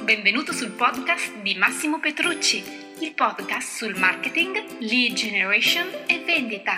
benvenuto sul podcast di Massimo Petrucci, il podcast sul marketing, lead generation e vendita.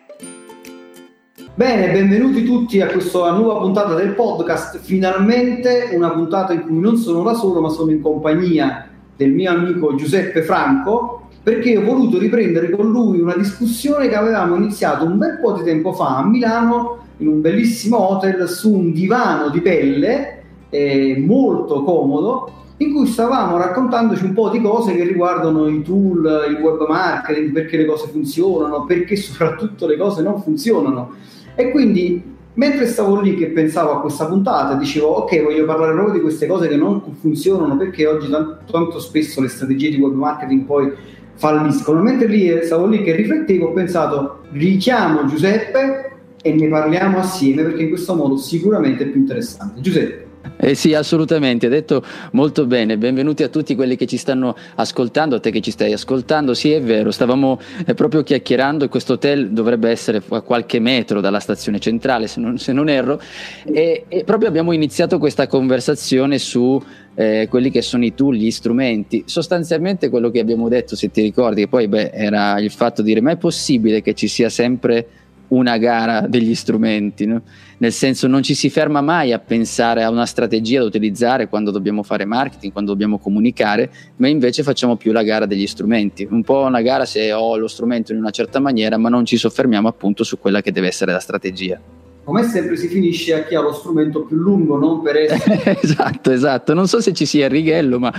Bene, benvenuti tutti a questa nuova puntata del podcast. Finalmente una puntata in cui non sono da solo, ma sono in compagnia del mio amico Giuseppe Franco, perché ho voluto riprendere con lui una discussione che avevamo iniziato un bel po' di tempo fa a Milano, in un bellissimo hotel, su un divano di pelle molto comodo, in cui stavamo raccontandoci un po' di cose che riguardano i tool, il web marketing, perché le cose funzionano, perché soprattutto le cose non funzionano. E quindi mentre stavo lì che pensavo a questa puntata, dicevo ok, voglio parlare proprio di queste cose che non funzionano, perché oggi tanto spesso le strategie di web marketing poi falliscono. Mentre lì stavo lì che riflettevo, ho pensato richiamo Giuseppe e ne parliamo assieme, perché in questo modo sicuramente è più interessante. Giuseppe. Sì, assolutamente, hai detto molto bene. Benvenuti a tutti quelli che ci stanno ascoltando, a te che ci stai ascoltando. Sì, è vero, stavamo proprio chiacchierando e questo hotel dovrebbe essere a qualche metro dalla stazione centrale, se non erro, e proprio abbiamo iniziato questa conversazione su quelli che sono i tool, gli strumenti. Sostanzialmente quello che abbiamo detto, se ti ricordi, che poi era il fatto di dire: ma è possibile che ci sia sempre una gara degli strumenti, no? Nel senso, non ci si ferma mai a pensare a una strategia da utilizzare quando dobbiamo fare marketing, quando dobbiamo comunicare, ma invece facciamo più la gara degli strumenti, un po' una gara se ho lo strumento in una certa maniera, ma non ci soffermiamo appunto su quella che deve essere la strategia. Come sempre si finisce a chi ha lo strumento più lungo, non per essere esatto, non so se ci sia il righello, ma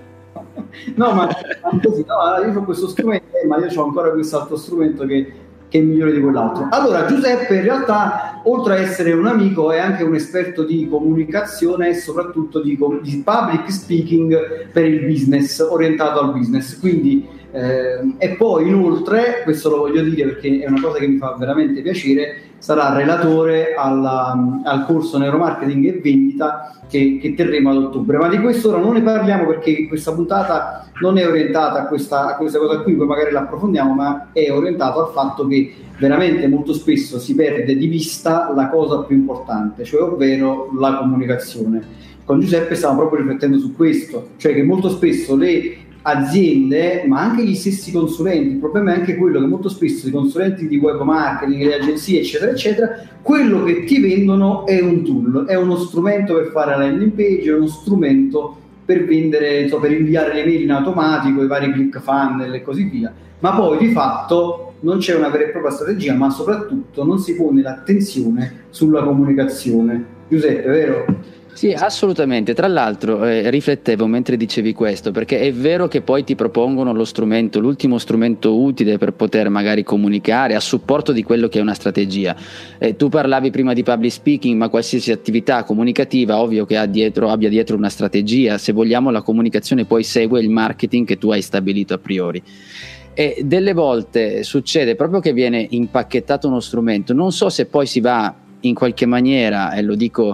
no, ma così, no, io ho questo strumento, ma io ho ancora questo altro strumento che è migliore di quell'altro. Allora, Giuseppe in realtà, oltre a essere un amico, è anche un esperto di comunicazione e soprattutto di public speaking per il business, orientato al business. Quindi e poi inoltre, questo lo voglio dire perché è una cosa che mi fa veramente piacere, sarà relatore al corso neuromarketing e vendita che terremo ad ottobre. Ma di questo ora non ne parliamo, perché questa puntata non è orientata a questa cosa qui, poi magari la approfondiamo, ma è orientato al fatto che veramente molto spesso si perde di vista la cosa più importante, cioè ovvero la comunicazione. Con Giuseppe stiamo proprio riflettendo su questo, cioè che molto spesso le aziende, ma anche gli stessi consulenti, il problema è anche quello che molto spesso i consulenti di web marketing, le agenzie eccetera eccetera, quello che ti vendono è un tool, è uno strumento per fare la landing page, è uno strumento per vendere, per inviare le mail in automatico, i vari click funnel e così via, ma poi di fatto non c'è una vera e propria strategia, ma soprattutto non si pone l'attenzione sulla comunicazione. Giuseppe, vero? Sì, assolutamente. Tra l'altro riflettevo mentre dicevi questo, perché è vero che poi ti propongono lo strumento, l'ultimo strumento utile per poter magari comunicare a supporto di quello che è una strategia. Tu parlavi prima di public speaking, ma qualsiasi attività comunicativa ovvio che abbia dietro una strategia. Se vogliamo, la comunicazione poi segue il marketing che tu hai stabilito a priori. E delle volte succede proprio che viene impacchettato uno strumento, non so se poi si va in qualche maniera, e lo dico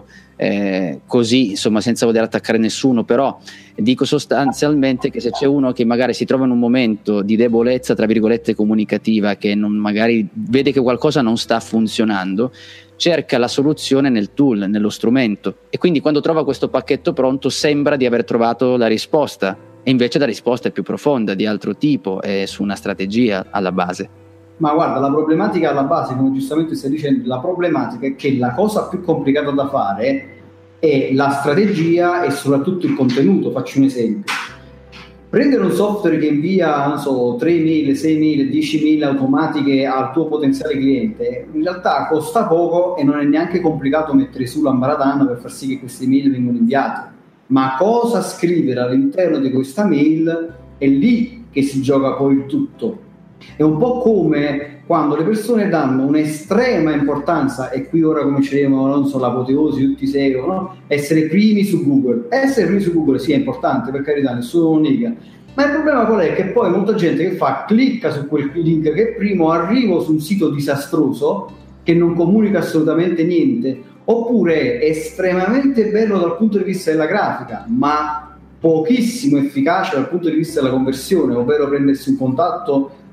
così, insomma, senza voler attaccare nessuno, però dico sostanzialmente che se c'è uno che magari si trova in un momento di debolezza tra virgolette comunicativa, che magari vede che qualcosa non sta funzionando, cerca la soluzione nel tool, nello strumento, e quindi quando trova questo pacchetto pronto sembra di aver trovato la risposta, e invece la risposta è più profonda, di altro tipo, è su una strategia alla base. Ma guarda, la problematica alla base, come giustamente stai dicendo, la problematica è che la cosa più complicata da fare è la strategia e soprattutto il contenuto. Faccio un esempio: prendere un software che invia, non so, 3 mail, 6 mail, 10 mail automatiche al tuo potenziale cliente, in realtà costa poco e non è neanche complicato mettere su l'ambaradana per far sì che queste mail vengano inviate. Ma cosa scrivere all'interno di questa mail è lì che si gioca poi il tutto. È un po' come quando le persone danno un'estrema importanza, e qui ora cominceremo, non so, l'apoteosi, tutti seguono, no? Essere primi su Google. Essere primi su Google sì, è importante, per carità, nessuno lo nega, ma il problema qual è? Che poi molta gente che fa, clicca su quel link che è primo, arrivo su un sito disastroso che non comunica assolutamente niente, oppure è estremamente bello dal punto di vista della grafica, ma pochissimo efficace dal punto di vista della conversione, ovvero prendersi un contatto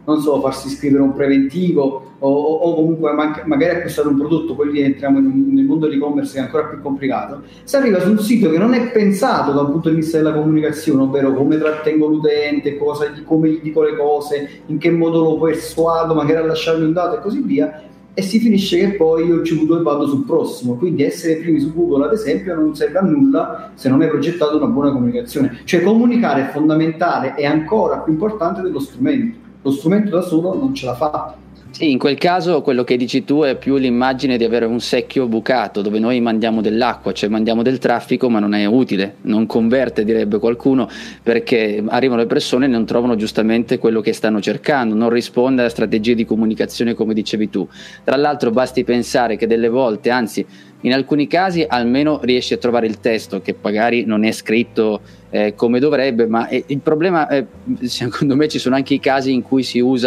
non so, farsi scrivere un preventivo o comunque magari acquistare un prodotto, poi lì entriamo nel mondo dell'e-commerce che è ancora più complicato, si arriva su un sito che non è pensato da un punto di vista della comunicazione, ovvero come trattengo l'utente, come gli dico le cose, in che modo lo persuado magari a lasciarmi un dato e così via, e si finisce che poi io ci chiudo e vado sul prossimo. Quindi essere primi su Google, ad esempio, non serve a nulla se non hai progettato una buona comunicazione. Cioè comunicare è fondamentale, è ancora più importante dello strumento. Lo strumento da solo non ce la fa. Sì, in quel caso quello che dici tu è più l'immagine di avere un secchio bucato dove noi mandiamo dell'acqua, cioè mandiamo del traffico, ma non è utile, non converte, direbbe qualcuno, perché arrivano le persone e non trovano giustamente quello che stanno cercando, non risponde alle strategie di comunicazione come dicevi tu. Tra l'altro basti pensare che delle volte, anzi in alcuni casi almeno riesci a trovare il testo che magari non è scritto come dovrebbe, ma il problema secondo me ci sono anche i casi in cui si usa,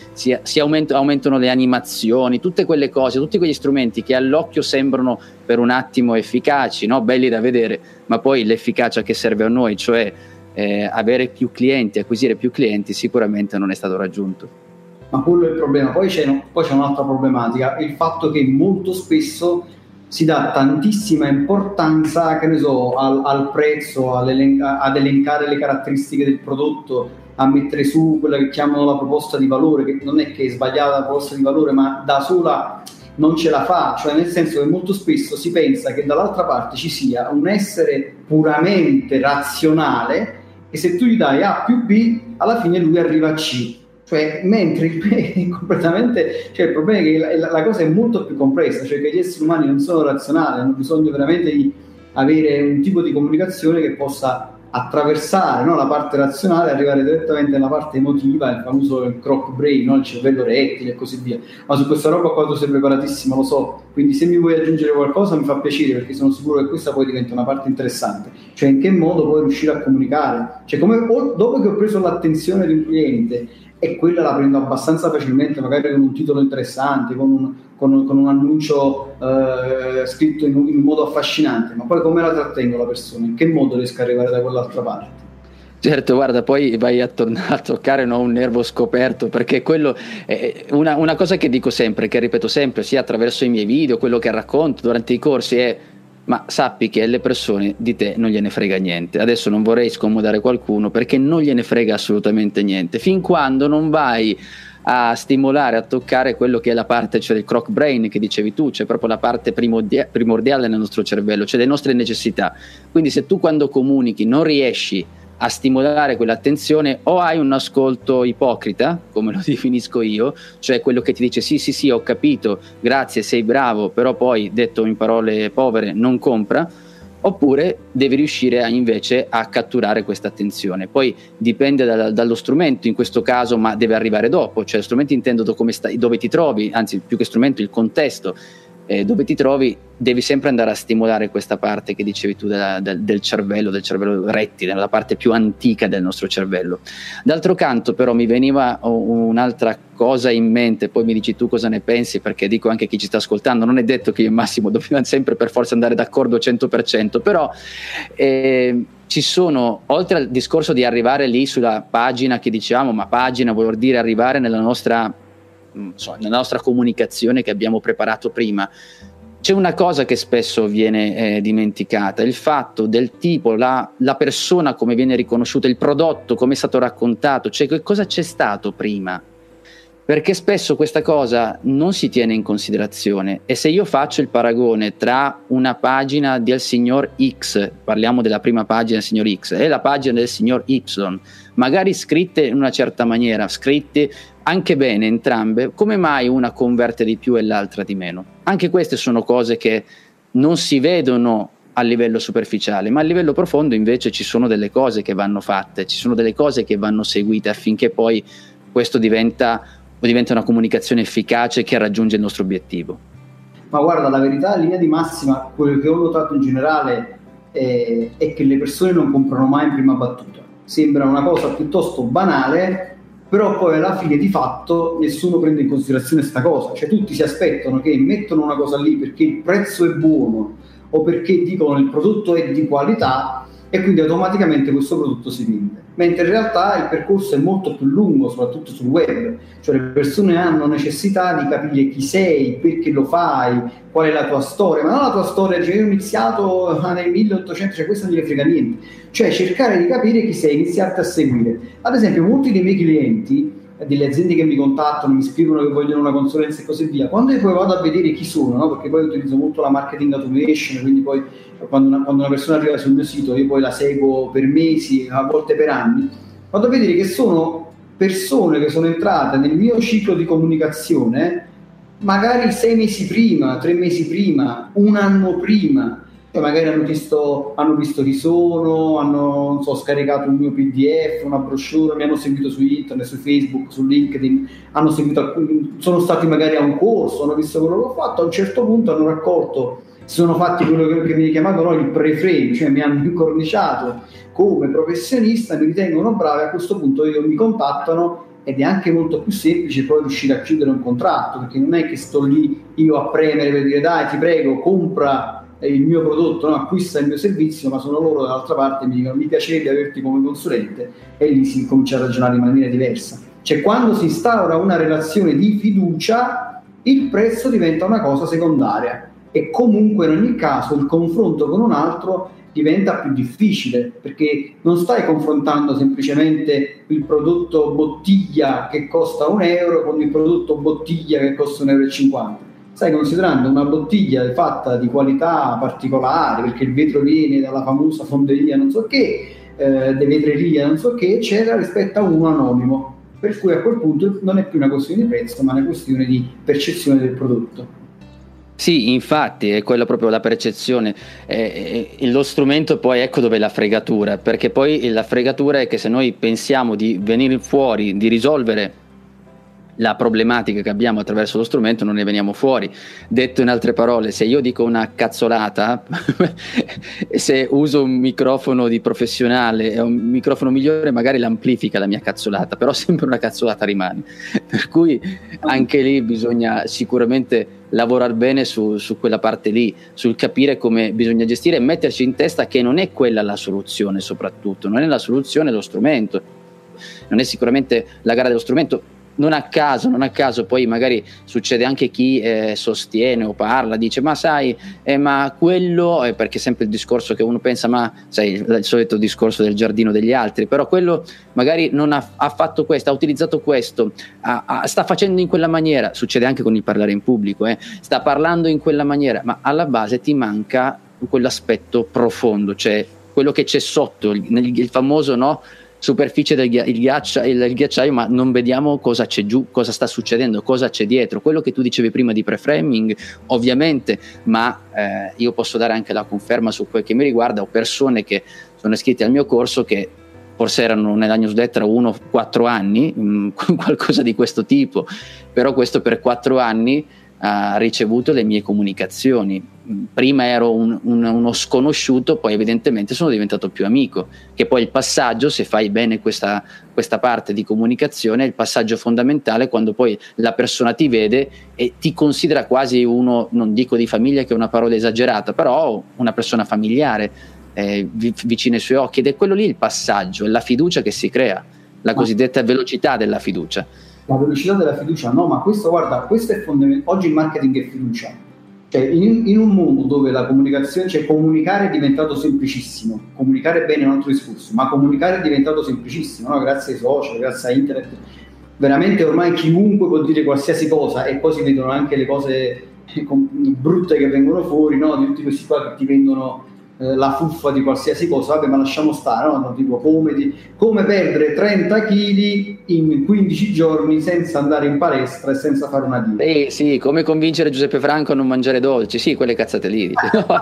aumentano le animazioni, tutte quelle cose, tutti quegli strumenti che all'occhio sembrano per un attimo efficaci, no? Belli da vedere, ma poi l'efficacia che serve a noi, cioè avere più clienti, acquisire più clienti, sicuramente non è stato raggiunto. Ma quello è il problema. Poi c'è un'altra problematica, il fatto che molto spesso si dà tantissima importanza, che ne so, al prezzo, ad elencare le caratteristiche del prodotto, a mettere su quella che chiamano la proposta di valore, che non è che è sbagliata la proposta di valore, ma da sola non ce la fa, cioè nel senso che molto spesso si pensa che dall'altra parte ci sia un essere puramente razionale e se tu gli dai A più B, alla fine lui arriva a C. Cioè, mentre completamente, cioè il problema è che la cosa è molto più complessa, cioè che gli esseri umani non sono razionali, hanno bisogno veramente di avere un tipo di comunicazione che possa attraversare, no, la parte razionale e arrivare direttamente alla parte emotiva, il famoso croc brain, no, il cervello rettile e così via. Ma su questa roba qua tu sei preparatissimo, lo so, quindi se mi vuoi aggiungere qualcosa mi fa piacere, perché sono sicuro che questa poi diventa una parte interessante, cioè in che modo puoi riuscire a comunicare, cioè dopo che ho preso l'attenzione di un cliente, e quella la prendo abbastanza facilmente, magari con un titolo interessante, con un annuncio scritto in modo affascinante, ma poi come la trattengo la persona? In che modo riesco ad arrivare da quell'altra parte? Certo, guarda, poi vai a toccare, no, un nervo scoperto, perché quello è una cosa che dico sempre, che ripeto sempre, sia attraverso i miei video, quello che racconto durante i corsi, è: ma sappi che alle persone di te non gliene frega niente. Adesso non vorrei scomodare qualcuno, perché non gliene frega assolutamente niente, fin quando non vai a stimolare, a toccare quello che è la parte, cioè il croc brain che dicevi tu, cioè proprio la parte primordiale nel nostro cervello, cioè le nostre necessità. Quindi se tu quando comunichi non riesci a stimolare quell'attenzione, o hai un ascolto ipocrita, come lo definisco io, cioè quello che ti dice sì, ho capito, grazie, sei bravo, però poi, detto in parole povere, non compra, oppure devi riuscire invece a catturare questa attenzione. Poi dipende dallo strumento in questo caso, ma deve arrivare dopo, cioè strumenti intendo dove ti trovi, anzi più che strumento il contesto dove ti trovi, devi sempre andare a stimolare questa parte che dicevi tu del cervello rettile, la parte più antica del nostro cervello. D'altro canto però mi veniva un'altra cosa in mente, poi mi dici tu cosa ne pensi, perché dico anche a chi ci sta ascoltando, non è detto che io e Massimo dobbiamo sempre per forza andare d'accordo 100%, però ci sono, oltre al discorso di arrivare lì sulla pagina che diciamo, ma pagina vuol dire arrivare nella nostra comunicazione che abbiamo preparato prima, c'è una cosa che spesso viene dimenticata, il fatto del tipo, la persona come viene riconosciuta, il prodotto come è stato raccontato, cioè che cosa c'è stato prima, perché spesso questa cosa non si tiene in considerazione. E se io faccio il paragone tra una pagina del signor X, parliamo della prima pagina del signor X, e la pagina del signor Y, magari scritte in una certa maniera, scritte anche bene entrambe, come mai una converte di più e l'altra di meno? Anche queste sono cose che non si vedono a livello superficiale, ma a livello profondo invece ci sono delle cose che vanno fatte, ci sono delle cose che vanno seguite affinché poi questo diventa una comunicazione efficace che raggiunge il nostro obiettivo. Ma guarda, la verità, in linea di massima, quello che ho notato in generale è che le persone non comprano mai in prima battuta. Sembra una cosa piuttosto banale, però poi alla fine di fatto nessuno prende in considerazione sta cosa, cioè tutti si aspettano che mettono una cosa lì perché il prezzo è buono o perché dicono il prodotto è di qualità e quindi automaticamente questo prodotto si vende. mentre in realtà il percorso è molto più lungo, soprattutto sul web, cioè le persone hanno necessità di capire chi sei, perché lo fai, qual è la tua storia, ma non la tua storia, cioè io ho iniziato nel 1800, cioè questo non gli frega niente, cioè cercare di capire chi sei, iniziarti a seguire. Ad esempio molti dei miei clienti, delle aziende che mi contattano, mi scrivono che vogliono una consulenza e così via, quando io poi vado a vedere chi sono, no? Perché poi utilizzo molto la marketing automation, quindi poi quando una persona arriva sul mio sito io poi la seguo per mesi, a volte per anni, vado a vedere che sono persone che sono entrate nel mio ciclo di comunicazione magari 6 mesi prima, 3 mesi prima, un anno prima. Magari hanno visto chi sono, hanno non so, scaricato un mio PDF, una brochure, mi hanno seguito su internet, su Facebook, su LinkedIn, sono stati magari a un corso, hanno visto quello che ho fatto, a un certo punto hanno raccolto, si sono fatti quello che viene chiamato il pre-frame, cioè mi hanno incorniciato come professionista, mi ritengono bravo e a questo punto mi contattano ed è anche molto più semplice poi riuscire a chiudere un contratto, perché non è che sto lì io a premere per dire dai ti prego compra il mio prodotto, no? Acquista il mio servizio, ma sono loro dall'altra parte mi dicono mi piacerebbe averti come consulente e lì si comincia a ragionare in maniera diversa. Cioè quando si instaura una relazione di fiducia il prezzo diventa una cosa secondaria e comunque in ogni caso il confronto con un altro diventa più difficile, perché non stai confrontando semplicemente il prodotto bottiglia che costa €1 con il prodotto bottiglia che costa €1,50. Stai considerando una bottiglia fatta di qualità particolari, perché il vetro viene dalla famosa fonderia non so che, de vetreria non so che, eccetera, rispetto a uno anonimo, per cui a quel punto non è più una questione di prezzo, ma una questione di percezione del prodotto. Sì, infatti è quella proprio la percezione, lo strumento poi ecco dove è la fregatura, perché poi la fregatura è che se noi pensiamo di venire fuori, di risolvere la problematica che abbiamo attraverso lo strumento, non ne veniamo fuori. Detto in altre parole, se io dico una cazzolata se uso un microfono di professionale e un microfono migliore magari l'amplifica la mia cazzolata, però sempre una cazzolata rimane, per cui anche lì bisogna sicuramente lavorare bene su quella parte lì, sul capire come bisogna gestire e metterci in testa che non è quella la soluzione, soprattutto non è la soluzione lo strumento, non è sicuramente la gara dello strumento. Non a caso poi magari succede anche chi sostiene o parla, dice ma sai, ma quello è perché sempre il discorso che uno pensa, ma sai, il solito discorso del giardino degli altri, però quello magari non ha fatto questo, ha utilizzato questo, sta facendo in quella maniera, succede anche con il parlare in pubblico, sta parlando in quella maniera, ma alla base ti manca quell'aspetto profondo, cioè quello che c'è sotto, il famoso no? Superficie del ghiacciaio, ma non vediamo cosa c'è giù, cosa sta succedendo, cosa c'è dietro, quello che tu dicevi prima di preframing ovviamente, ma io posso dare anche la conferma su quel che mi riguarda. Ho persone che sono iscritte al mio corso che forse erano nella newsletter 1-4 anni, qualcosa di questo tipo, però questo per 4 anni ha ricevuto le mie comunicazioni. Prima ero uno sconosciuto, poi evidentemente sono diventato più amico, che poi il passaggio, se fai bene questa parte di comunicazione, è il passaggio fondamentale quando poi la persona ti vede e ti considera quasi uno, non dico di famiglia che è una parola esagerata, però una persona familiare, vicino ai suoi occhi, ed è quello lì il passaggio, è la fiducia che si crea, la cosiddetta velocità della fiducia. La velocità della fiducia, no, ma questo è fondamentale. Oggi il marketing è fiducia, cioè in un mondo dove la comunicazione, cioè comunicare è diventato semplicissimo, comunicare bene è un altro discorso, ma comunicare è diventato semplicissimo, no? Grazie ai social, grazie a internet, veramente ormai chiunque può dire qualsiasi cosa e poi si vedono anche le cose brutte che vengono fuori, no? Di tutti questi qua che ti vendono la fuffa di qualsiasi cosa, vabbè, ma lasciamo stare, no? Tipo come perdere 30 kg in 15 giorni senza andare in palestra e senza fare una dieta. Sì, come convincere Giuseppe Franco a non mangiare dolci, sì, quelle cazzate lì.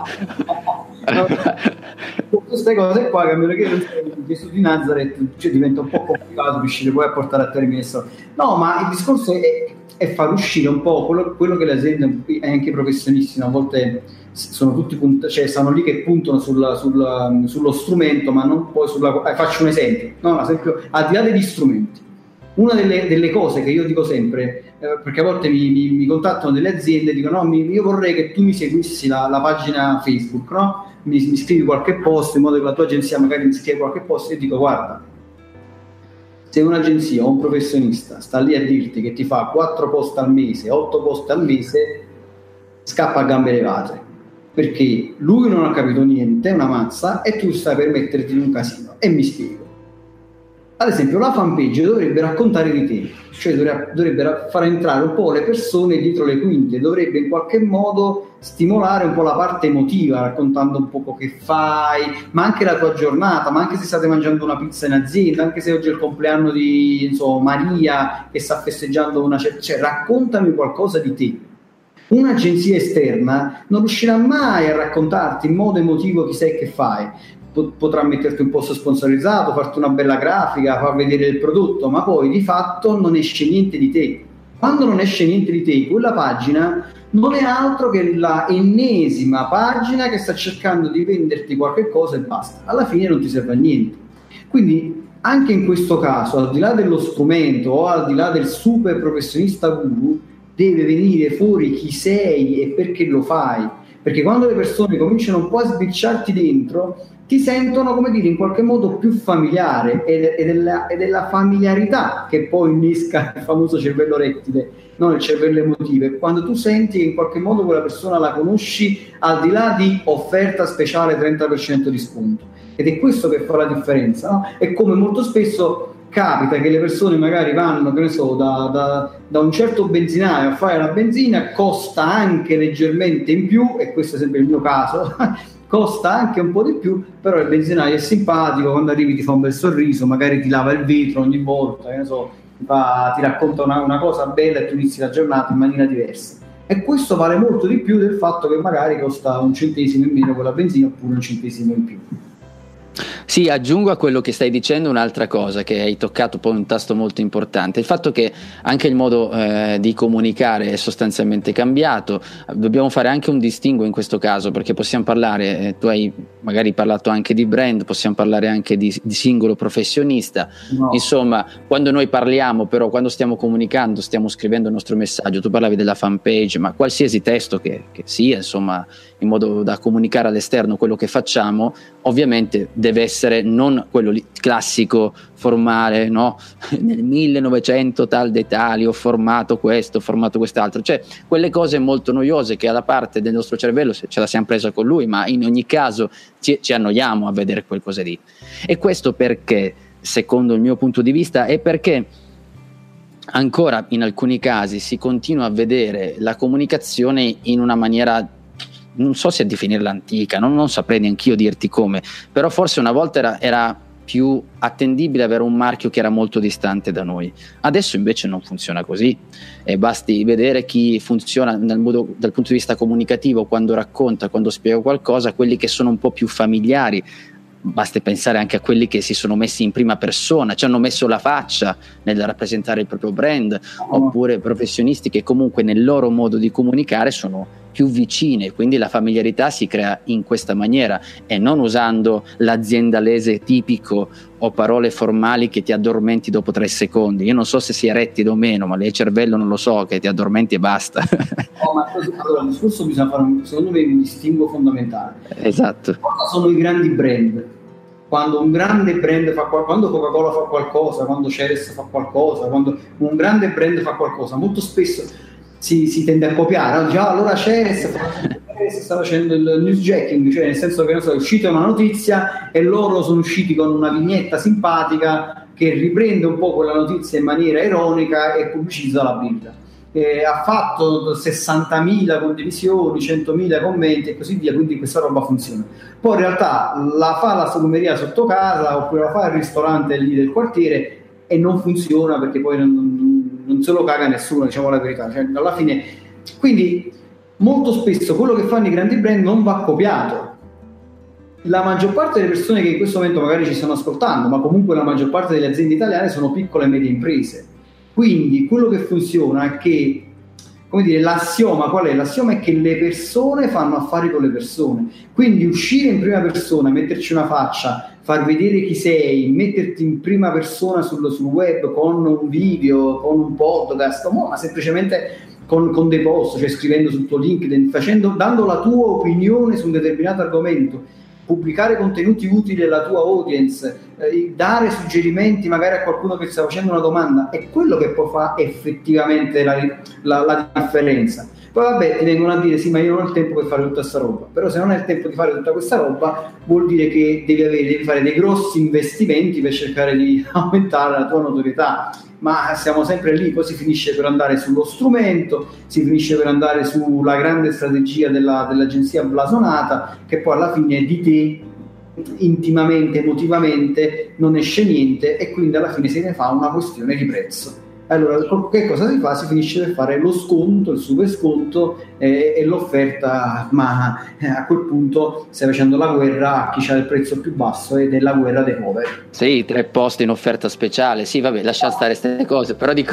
Queste cose qua, che a meno che non sei Gesù di Nazareth, cioè diventa un po' complicato riuscire poi a portare a termine questo. No, ma il discorso è far uscire un po' quello che le aziende e anche i professionisti a volte sono tutti cioè stanno lì che puntano sullo strumento, ma non poi faccio un esempio, no? Ad esempio, al di là degli strumenti, una delle cose che io dico sempre, perché a volte mi contattano delle aziende e dicono no, io vorrei che tu mi seguissi la pagina Facebook, no? Mi scrivi qualche post in modo che la tua agenzia magari mi scrive qualche post, e dico guarda, se un'agenzia o un professionista sta lì a dirti che ti fa 4 post al mese, 8 post al mese, scappa a gambe levate, perché lui non ha capito niente, è una mazza, e tu stai per metterti in un casino. E mi spiego. Ad esempio, la fanpage dovrebbe raccontare di te, cioè dovrebbe far entrare un po' le persone dietro le quinte, dovrebbe in qualche modo stimolare un po' la parte emotiva, raccontando un po' che fai, ma anche la tua giornata, ma anche se state mangiando una pizza in azienda, anche se oggi è il compleanno di Maria che sta festeggiando cioè raccontami qualcosa di te. Un'agenzia esterna non riuscirà mai a raccontarti in modo emotivo chi sei e che fai. Potrà metterti un post sponsorizzato, farti una bella grafica, far vedere il prodotto, ma poi di fatto non esce niente di te. Quando non esce niente di te, quella pagina non è altro che la ennesima pagina che sta cercando di venderti qualche cosa e basta. Alla fine non ti serve a niente. Quindi anche in questo caso, al di là dello strumento o al di là del super professionista guru, deve venire fuori chi sei e perché lo fai. Perché quando le persone cominciano un po' a sbirciarti dentro, ti sentono, come dire, in qualche modo più familiare, ed è la familiarità che poi innesca il famoso cervello rettile, non il cervello emotivo. E quando tu senti che in qualche modo quella persona la conosci, al di là di offerta speciale 30% di sconto, ed è questo che fa la differenza, no? E come molto spesso capita che le persone magari vanno, che ne so, da un certo benzinaio a fare la benzina, costa anche leggermente in più, e questo è sempre il mio caso, costa anche un po' di più, però il benzinaio è simpatico, quando arrivi ti fa un bel sorriso, magari ti lava il vetro ogni volta, che ne so, ti racconta una cosa bella e tu inizi la giornata in maniera diversa. E questo vale molto di più del fatto che magari costa un centesimo in meno quella benzina, oppure un centesimo in più. Sì, aggiungo a quello che stai dicendo un'altra cosa, che hai toccato poi un tasto molto importante, il fatto che anche il modo di comunicare è sostanzialmente cambiato. Dobbiamo fare anche un distinguo in questo caso, perché possiamo parlare, tu hai magari parlato anche di brand, possiamo parlare anche di singolo professionista, no. Insomma, quando noi parliamo, però quando stiamo comunicando, stiamo scrivendo il nostro messaggio, tu parlavi della fanpage, ma qualsiasi testo che sia, insomma, in modo da comunicare all'esterno quello che facciamo, ovviamente deve essere non quello lì classico, formale, no? Nel 1900 tal dei tali ho formato questo, ho formato quest'altro, cioè quelle cose molto noiose che alla parte del nostro cervello ce la siamo presa con lui, ma in ogni caso ci annoiamo a vedere quel cose lì. E questo perché, secondo il mio punto di vista, è perché ancora in alcuni casi si continua a vedere la comunicazione in una maniera, non so se definirla antica, non saprei neanch'io dirti come, però forse una volta era più attendibile avere un marchio che era molto distante da noi. Adesso invece non funziona così, e basti vedere chi funziona dal punto di vista comunicativo, quando racconta, quando spiega qualcosa, quelli che sono un po' più familiari. Basti pensare anche a quelli che si sono messi in prima persona, ci hanno messo la faccia nel rappresentare il proprio brand, oppure professionisti che comunque nel loro modo di comunicare sono più vicine, quindi la familiarità si crea in questa maniera e non usando l'aziendalese tipico o parole formali che ti addormenti dopo 3 secondi. Io non so se sia rettile o meno, ma il cervello non lo so, che ti addormenti e basta. No, ma allora, il discorso bisogna fare, secondo me, un distinguo fondamentale. Esatto. Cosa sono i grandi brand? Quando un grande brand quando Coca-Cola fa qualcosa, quando Ceres fa qualcosa, quando un grande brand fa qualcosa, molto spesso si tende a copiare, no? Già allora Ceres sta facendo il newsjacking, cioè nel senso che, non so, è uscita una notizia e loro sono usciti con una vignetta simpatica che riprende un po' quella notizia in maniera ironica e pubblicizza la birra. Ha fatto 60.000 condivisioni, 100.000 commenti e così via, quindi questa roba funziona. Poi in realtà la fa la salumeria sotto casa, oppure la fa il ristorante lì del quartiere, e non funziona perché poi non se lo caga nessuno, diciamo la verità, cioè, alla fine. Quindi molto spesso quello che fanno i grandi brand non va copiato. La maggior parte delle persone che in questo momento magari ci stanno ascoltando, ma comunque la maggior parte delle aziende italiane sono piccole e medie imprese. Quindi quello che funziona è che, come dire, l'assioma qual è? L'assioma è che le persone fanno affari con le persone. Quindi uscire in prima persona, metterci una faccia, far vedere chi sei, metterti in prima persona sul web con un video, con un podcast, ma semplicemente con dei post, cioè scrivendo sul tuo LinkedIn, dando la tua opinione su un determinato argomento. pubblicare contenuti utili alla tua audience, dare suggerimenti magari a qualcuno che sta facendo una domanda, è quello che poi fa effettivamente la differenza. Poi vabbè, ti vengono a dire sì, ma io non ho il tempo per fare tutta questa roba, però se non hai il tempo di fare tutta questa roba vuol dire che devi fare dei grossi investimenti per cercare di aumentare la tua notorietà, ma siamo sempre lì, poi si finisce per andare sullo strumento, si finisce per andare sulla grande strategia dell'agenzia blasonata, che poi alla fine di te intimamente, emotivamente non esce niente, e quindi alla fine se ne fa una questione di prezzo. Allora, che cosa si fa? Si finisce per fare lo sconto, il super sconto e l'offerta, ma a quel punto stai facendo la guerra a chi ha il prezzo più basso, ed è la guerra dei poveri. Sì, 3 posti in offerta speciale, sì vabbè, lascia stare queste cose, però dico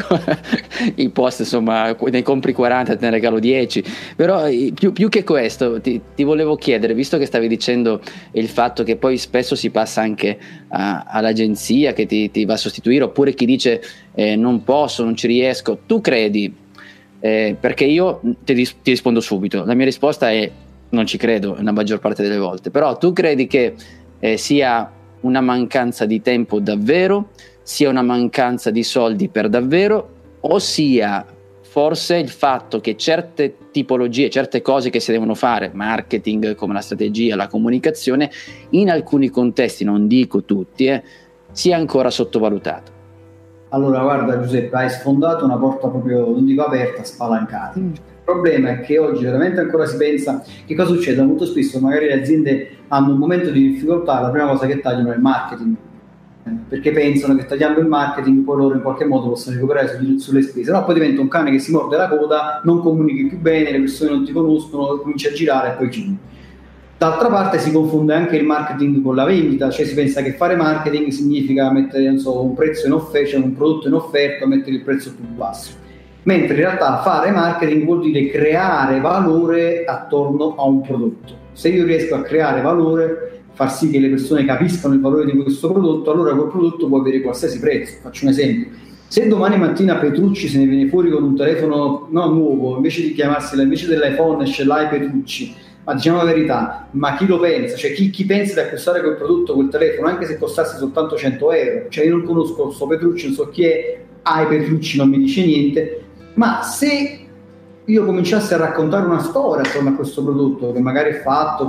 i post, insomma, ne compri 40 te ne regalo 10, però più che questo ti volevo chiedere, visto che stavi dicendo il fatto che poi spesso si passa anche all'agenzia che ti va a sostituire, oppure chi dice non posso, non ci riesco, tu credi, perché io ti rispondo subito, la mia risposta è non ci credo la maggior parte delle volte, però tu credi che sia una mancanza di tempo davvero, sia una mancanza di soldi per davvero, o sia forse il fatto che certe tipologie, certe cose che si devono fare, marketing come la strategia, la comunicazione, in alcuni contesti, non dico tutti, sia ancora sottovalutato? Allora guarda Giuseppe, hai sfondato una porta proprio, non dico aperta, spalancata. Il problema è che oggi veramente ancora si pensa, che cosa succede? Molto spesso magari le aziende hanno un momento di difficoltà, la prima cosa che tagliano è il marketing, perché pensano che tagliando il marketing poi loro in qualche modo possono recuperare sulle spese, no? Poi diventa un cane che si morde la coda, non comunichi più bene, le persone non ti conoscono, comincia a girare e poi chiudi. D'altra parte si confonde anche il marketing con la vendita, cioè si pensa che fare marketing significa mettere, non so, un prezzo in offerta, cioè un prodotto in offerta, mettere il prezzo più basso, mentre in realtà fare marketing vuol dire creare valore attorno a un prodotto. Se io riesco a creare valore, far sì che le persone capiscano il valore di questo prodotto, allora quel prodotto può avere qualsiasi prezzo. Faccio un esempio: se domani mattina Petrucci se ne viene fuori con un telefono nuovo, invece dell'iPhone esce l'iPetrucci, ma diciamo la verità, ma chi lo pensa? Cioè chi pensa di acquistare quel prodotto, quel telefono, anche se costasse soltanto 100 euro? Cioè io non conosco questo Petrucci, non so chi è, Petrucci non mi dice niente, ma se io cominciassi a raccontare una storia attorno a questo prodotto, che magari è fatto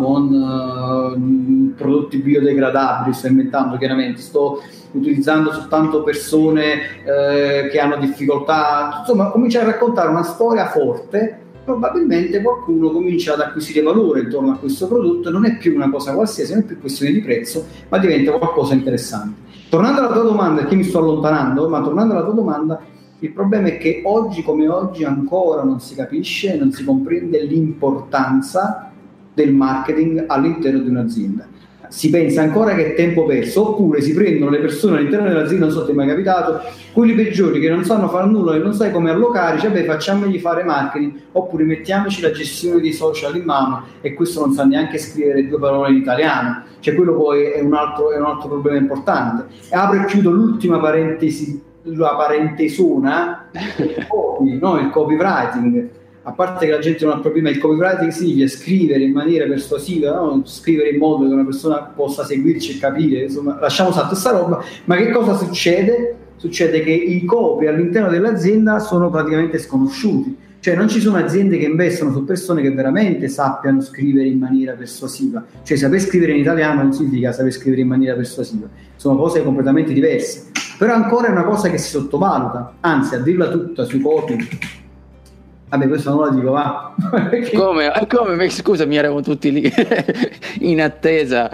con prodotti biodegradabili, sto inventando chiaramente, sto utilizzando soltanto persone che hanno difficoltà, insomma cominciare a raccontare una storia forte, probabilmente qualcuno comincia ad acquisire valore intorno a questo prodotto, non è più una cosa qualsiasi, non è più questione di prezzo, ma diventa qualcosa interessante. Tornando alla tua domanda, perché mi sto allontanando, ma tornando alla tua domanda, il problema è che oggi come oggi ancora non si capisce, non si comprende l'importanza del marketing all'interno di un'azienda. Si pensa ancora che è tempo perso, oppure si prendono le persone all'interno dell'azienda, non so se ti è mai capitato, quelli peggiori che non sanno fare nulla e non sai come allocare, cioè facciamogli fare marketing, oppure mettiamoci la gestione dei social in mano, e questo non sa neanche scrivere 2 parole in italiano, cioè quello poi è un altro problema importante. E apro e chiudo l'ultima parentesi, la parentesona, il copywriting. A parte che la gente non ha problema, il copywriting significa scrivere in maniera persuasiva, no? Scrivere in modo che una persona possa seguirci e capire, insomma, lasciamo stare questa roba. Ma che cosa succede? Succede che i copy all'interno dell'azienda sono praticamente sconosciuti, cioè non ci sono aziende che investono su persone che veramente sappiano scrivere in maniera persuasiva, cioè saper scrivere in italiano non significa saper scrivere in maniera persuasiva, sono cose completamente diverse, però ancora è una cosa che si sottovaluta, anzi a dirla tutta sui copy. Vabbè, questo non la dico, va. Come? Scusami, eravamo tutti lì in attesa.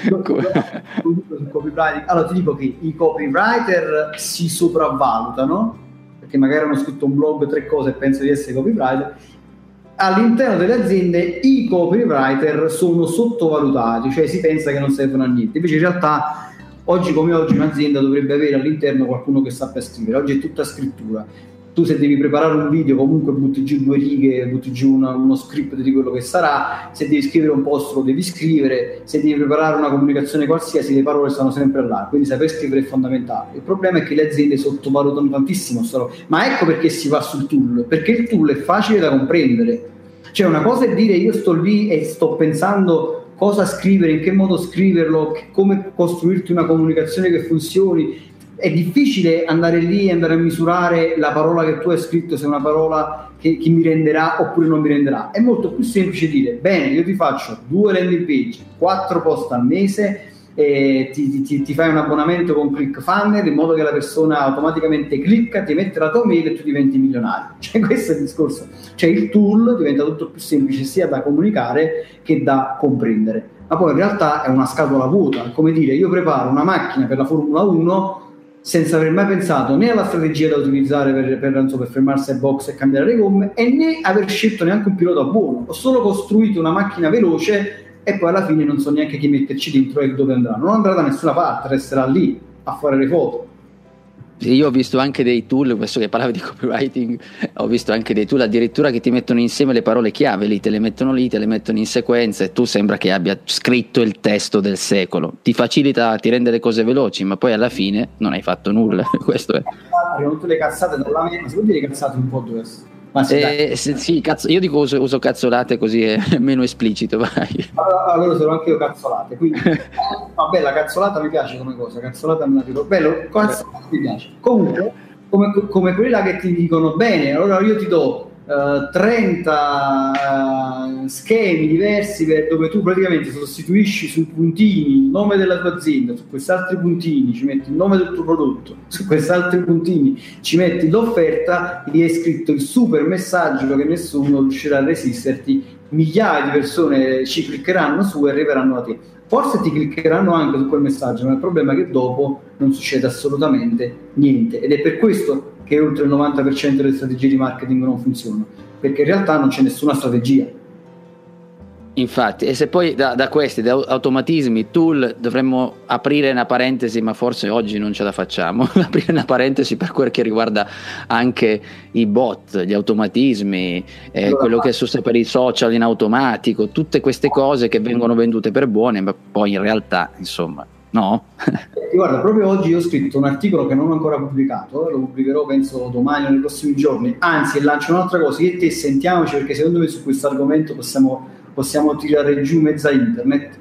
Allora ti dico che i copywriter si sopravvalutano, perché magari hanno scritto un blog, 3 cose e pensano di essere copywriter. All'interno delle aziende i copywriter sono sottovalutati, cioè si pensa che non servono a niente, invece in realtà oggi come oggi un'azienda dovrebbe avere all'interno qualcuno che sappia scrivere. Oggi è tutta scrittura. Tu se devi preparare un video comunque butti giù 2 righe, butti giù uno script di quello che sarà, se devi scrivere un post lo devi scrivere, se devi preparare una comunicazione qualsiasi le parole stanno sempre là, quindi saper scrivere è fondamentale. Il problema è che le aziende sottovalutano tantissimo, ma ecco perché si va sul tool, perché il tool è facile da comprendere. Cioè una cosa è dire io sto lì e sto pensando cosa scrivere, in che modo scriverlo, come costruirti una comunicazione che funzioni. È difficile andare lì e andare a misurare la parola che tu hai scritto, se è una parola che mi renderà oppure non mi renderà. È molto più semplice dire: bene, io ti faccio 2 landing page, 4 post al mese, ti fai un abbonamento con ClickFunnels in modo che la persona automaticamente clicca, ti mette la tua mail e tu diventi milionario. Cioè, questo è il discorso. Cioè, il tool diventa tutto più semplice sia da comunicare che da comprendere, ma poi in realtà è una scatola vuota. Come dire, io preparo una macchina per la Formula 1 senza aver mai pensato né alla strategia da utilizzare per fermarsi ai box e cambiare le gomme, e né aver scelto neanche un pilota buono. Ho solo costruito una macchina veloce e poi alla fine non so neanche chi metterci dentro e dove andrà. Non andrà da nessuna parte, resterà lì a fare le foto. Io ho visto anche dei tool, questo che parlavi di copywriting, ho visto anche dei tool addirittura che ti mettono insieme le parole chiave, lì te le mettono in sequenza, e tu sembra che abbia scritto il testo del secolo. Ti facilita, ti rende le cose veloci, ma poi alla fine non hai fatto nulla. Questo è. Arrivano tutte le cazzate dalla mente, si può dire cazzate un po' dove? Ma sì, cazzo, io dico uso cazzolate, così è meno esplicito, vai. Allora sono anche io cazzolate, quindi vabbè, la cazzolata mi piace come cosa, cazzolata me la tiro, bello, cazzolata mi piace. Comunque, come quelli là che ti dicono: bene, allora io ti do 30 schemi diversi dove tu praticamente sostituisci sui puntini il nome della tua azienda, su questi altri puntini ci metti il nome del tuo prodotto, su questi altri puntini ci metti l'offerta, gli hai scritto il super messaggio che nessuno riuscirà a resisterti, migliaia di persone ci cliccheranno su e arriveranno a te. Forse ti cliccheranno anche su quel messaggio, ma il problema è che dopo non succede assolutamente niente, ed è per questo che oltre il 90% delle strategie di marketing non funzionano, perché in realtà non c'è nessuna strategia. Infatti, e se poi da questi da automatismi, tool, dovremmo aprire una parentesi, ma forse oggi non ce la facciamo, aprire una parentesi per quel che riguarda anche i bot, gli automatismi, allora, quello che succede per i social in automatico, tutte queste cose che vengono vendute per buone, ma poi in realtà, insomma, no? Guarda, proprio oggi io ho scritto un articolo che non ho ancora pubblicato, lo pubblicherò penso domani o nei prossimi giorni, anzi lancio un'altra cosa, io e te sentiamoci, perché secondo me su questo argomento possiamo tirare giù mezza internet.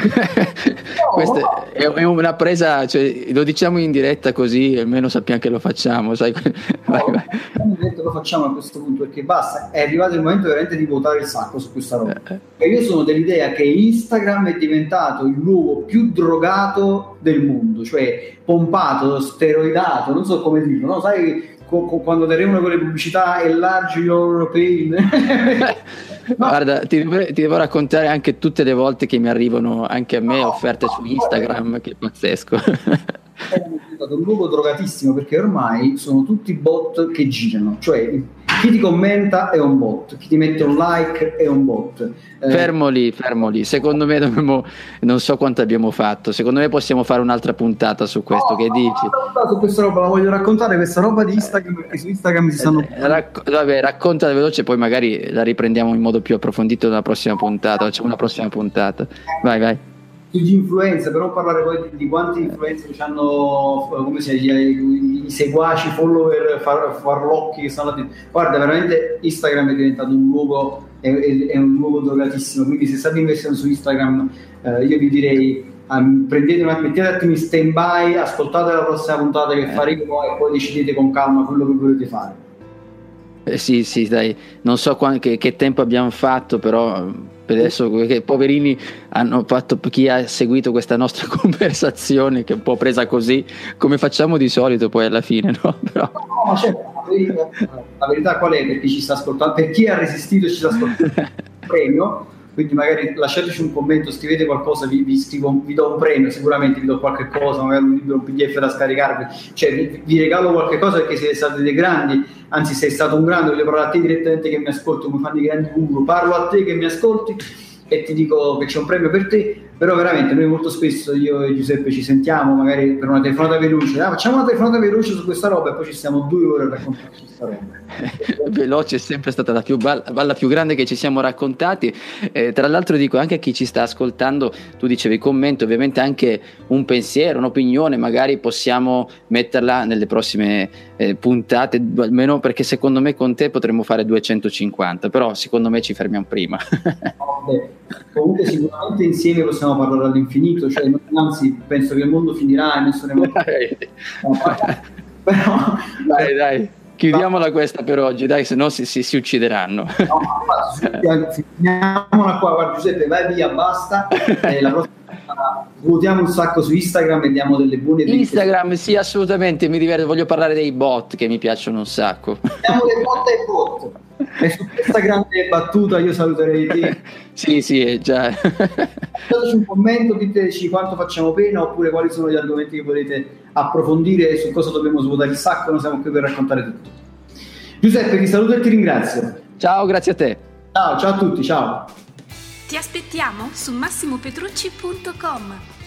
Questa è una presa, cioè, lo diciamo in diretta così almeno sappiamo che lo facciamo, sai? Vai. Lo facciamo a questo punto, perché basta, è arrivato il momento veramente di votare il sacco su questa roba. E io sono dell'idea che Instagram è diventato il luogo più drogato del mondo, cioè pompato, steroidato, non so come dirlo, no? Sai, quando daremo quelle pubblicità enlarge your pain. Guarda, ti devo raccontare anche tutte le volte che mi arrivano anche a me offerte su Instagram, che è pazzesco. È diventato un luogo drogatissimo, perché ormai sono tutti bot che girano, cioè chi ti commenta è un bot, chi ti mette un like è un bot. Fermo lì, secondo me non so quanto abbiamo fatto, secondo me possiamo fare un'altra puntata su questo, che dici? Su questa roba la voglio raccontare, questa roba di Instagram, perché su Instagram si stanno... Vabbè, raccontala veloce, poi magari la riprendiamo in modo più approfondito nella prossima puntata, facciamo una prossima puntata. Vai. Sugli influencer, per non parlare poi di quanti influencer hanno, come si dice, i seguaci, follower, farlocchi che stanno là. Guarda, veramente Instagram è diventato un luogo, è un luogo drogatissimo, quindi se state investendo su Instagram, io vi direi mettete un attimo in stand by, ascoltate la prossima puntata che faremo e poi decidete con calma quello che volete fare. Sì, dai, non so che tempo abbiamo fatto, però per adesso che poverini hanno fatto, chi ha seguito questa nostra conversazione, che è un po' presa così come facciamo di solito poi alla fine, no? Però... No, certo, la verità qual è, per chi ci sta ascoltando, per chi ha resistito e ci sta ascoltando, premio, quindi magari lasciateci un commento, scrivete qualcosa, vi scrivo, vi do un premio, sicuramente vi do qualche cosa, magari un libro, un PDF da scaricarvi, cioè vi regalo qualche cosa, perché siete stati dei grandi, anzi sei stato un grande, voglio parlare a te direttamente che mi ascolti, come fanno i grandi guru, parlo a te che mi ascolti e ti dico che c'è un premio per te. però veramente noi molto spesso, io e Giuseppe, ci sentiamo magari per una telefonata veloce, facciamo una telefonata veloce su questa roba e poi ci stiamo 2 ore a raccontarci questa roba. Veloce è sempre stata la balla più grande che ci siamo raccontati. Tra l'altro dico anche a chi ci sta ascoltando, tu dicevi commenti, ovviamente anche un pensiero, un'opinione, magari possiamo metterla nelle prossime puntate, almeno perché secondo me con te potremmo fare 250, però secondo me ci fermiamo prima. Comunque sicuramente insieme possiamo parlare all'infinito, cioè, anzi penso che il mondo finirà e nessuno ne però dai, chiudiamola questa per oggi, dai, se no si uccideranno. Finiamola qua, guarda Giuseppe, vai via, basta. La prossima votiamo un sacco su Instagram e diamo delle buone Instagram, sì, assolutamente, mi diverto, voglio parlare dei bot che mi piacciono un sacco. Diamo dei bot e bot. E su questa grande battuta io saluterei te. Sì, già. Lasciateci un commento, diteci quanto facciamo pena oppure quali sono gli argomenti che volete approfondire e su cosa dobbiamo svuotare il sacco. Noi siamo qui per raccontare tutto. Giuseppe, ti saluto e ti ringrazio. Ciao, grazie a te. Ciao a tutti, ciao. Ti aspettiamo su massimopetrucci.com.